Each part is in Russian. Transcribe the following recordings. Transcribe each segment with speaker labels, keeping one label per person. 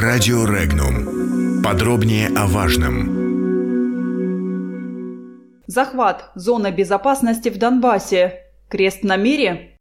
Speaker 1: Радио Регнум. Подробнее о важном.
Speaker 2: Захват зоны безопасности в Донбассе. Крест на мире?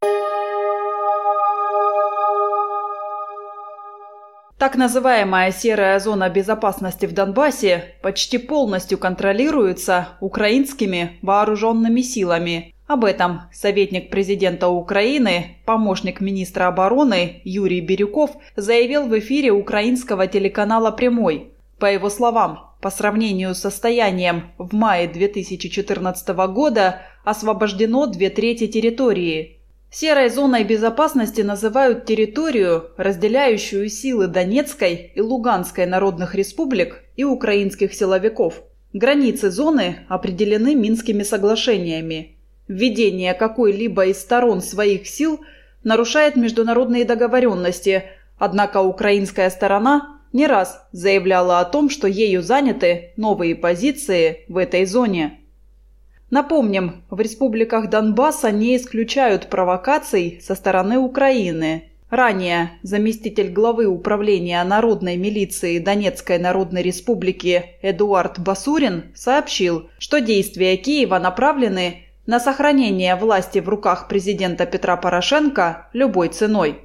Speaker 2: Так называемая серая зона безопасности в Донбассе почти полностью контролируется украинскими вооруженными силами. Об этом советник президента Украины, помощник министра обороны Юрий Бирюков заявил в эфире украинского телеканала «Прямой». По его словам, по сравнению с состоянием в мае 2014 года освобождено 2/3 территории. Серой зоной безопасности называют территорию, разделяющую силы Донецкой и Луганской народных республик и украинских силовиков. Границы зоны определены Минскими соглашениями. Введение какой-либо из сторон своих сил нарушает международные договоренности, однако украинская сторона не раз заявляла о том, что ею заняты новые позиции в этой зоне. Напомним, в республиках Донбасса не исключают провокаций со стороны Украины. Ранее заместитель главы управления народной милиции Донецкой Народной Республики Эдуард Басурин сообщил, что действия Киева направлены на сохранение власти в руках президента Петра Порошенко любой ценой.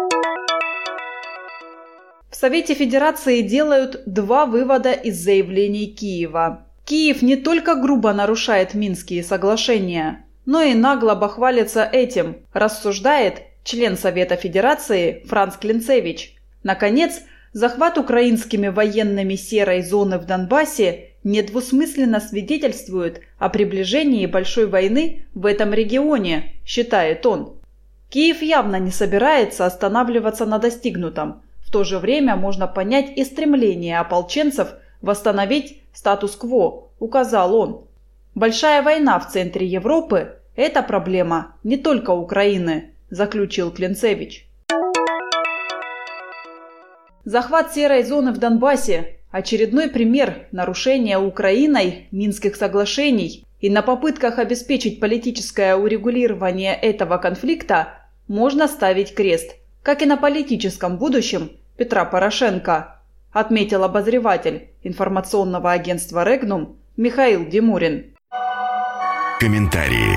Speaker 2: В Совете Федерации делают два вывода из заявлений Киева. Киев не только грубо нарушает Минские соглашения, но и нагло бахвалится этим, рассуждает член Совета Федерации Франц Клинцевич. Наконец, захват украинскими военными серой зоны в Донбассе недвусмысленно свидетельствует о приближении большой войны в этом регионе, считает он. Киев явно не собирается останавливаться на достигнутом. В то же время можно понять и стремление ополченцев восстановить статус-кво, указал он. Большая война в центре Европы – это проблема не только Украины, заключил Клинцевич. Захват серой зоны в Донбассе – очередной пример нарушения Украиной Минских соглашений, и на попытках обеспечить политическое урегулирование этого конфликта можно ставить крест, как и на политическом будущем Петра Порошенко, отметил обозреватель информационного агентства «Регнум» Михаил Димурин.
Speaker 1: Комментарии.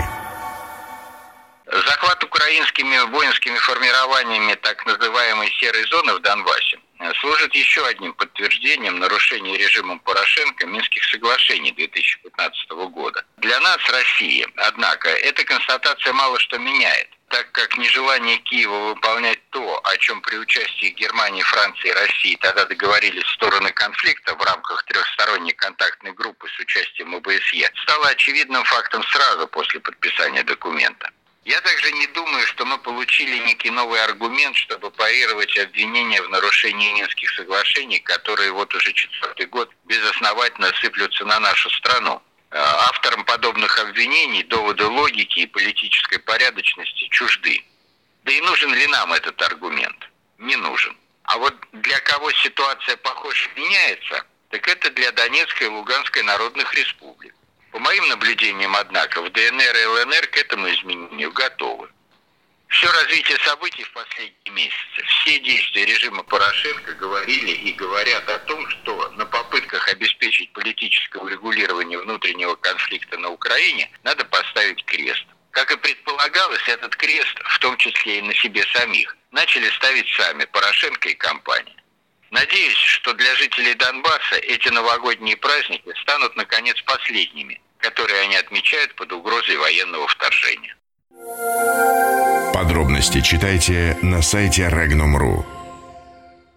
Speaker 3: Захват украинскими воинскими формированиями так называемой серой зоны в Донбассе служит еще одним подтверждением нарушения режимом Порошенко Минских соглашений 2015 года. Для нас, России, однако, эта констатация мало что меняет, так как нежелание Киева выполнять то, о чем при участии Германии, Франции и России тогда договорились стороны конфликта в рамках трехсторонней контактной группы с участием ОБСЕ, стало очевидным фактом сразу после подписания документа. Я также не думаю, что мы получили некий новый аргумент, чтобы парировать обвинения в нарушении Минских соглашений, которые вот уже 4-й год безосновательно сыплются на нашу страну. Авторам подобных обвинений доводы логики и политической порядочности чужды. Да и нужен ли нам этот аргумент? Не нужен. А вот для кого ситуация, похоже, меняется, так это для Донецкой и Луганской народных республик. По моим наблюдениям, однако, в ДНР и ЛНР к этому изменению готовы. Все развитие событий в последние месяцы, все действия режима Порошенко говорили и говорят о том, что на попытках обеспечить политическое урегулирование внутреннего конфликта на Украине надо поставить крест. Как и предполагалось, этот крест, в том числе и на себе самих, начали ставить сами Порошенко и компания. Надеюсь, что для жителей Донбасса эти новогодние праздники станут, наконец, последними, которые они отмечают под угрозой военного вторжения.
Speaker 1: Подробности читайте на сайте Regnum.ru.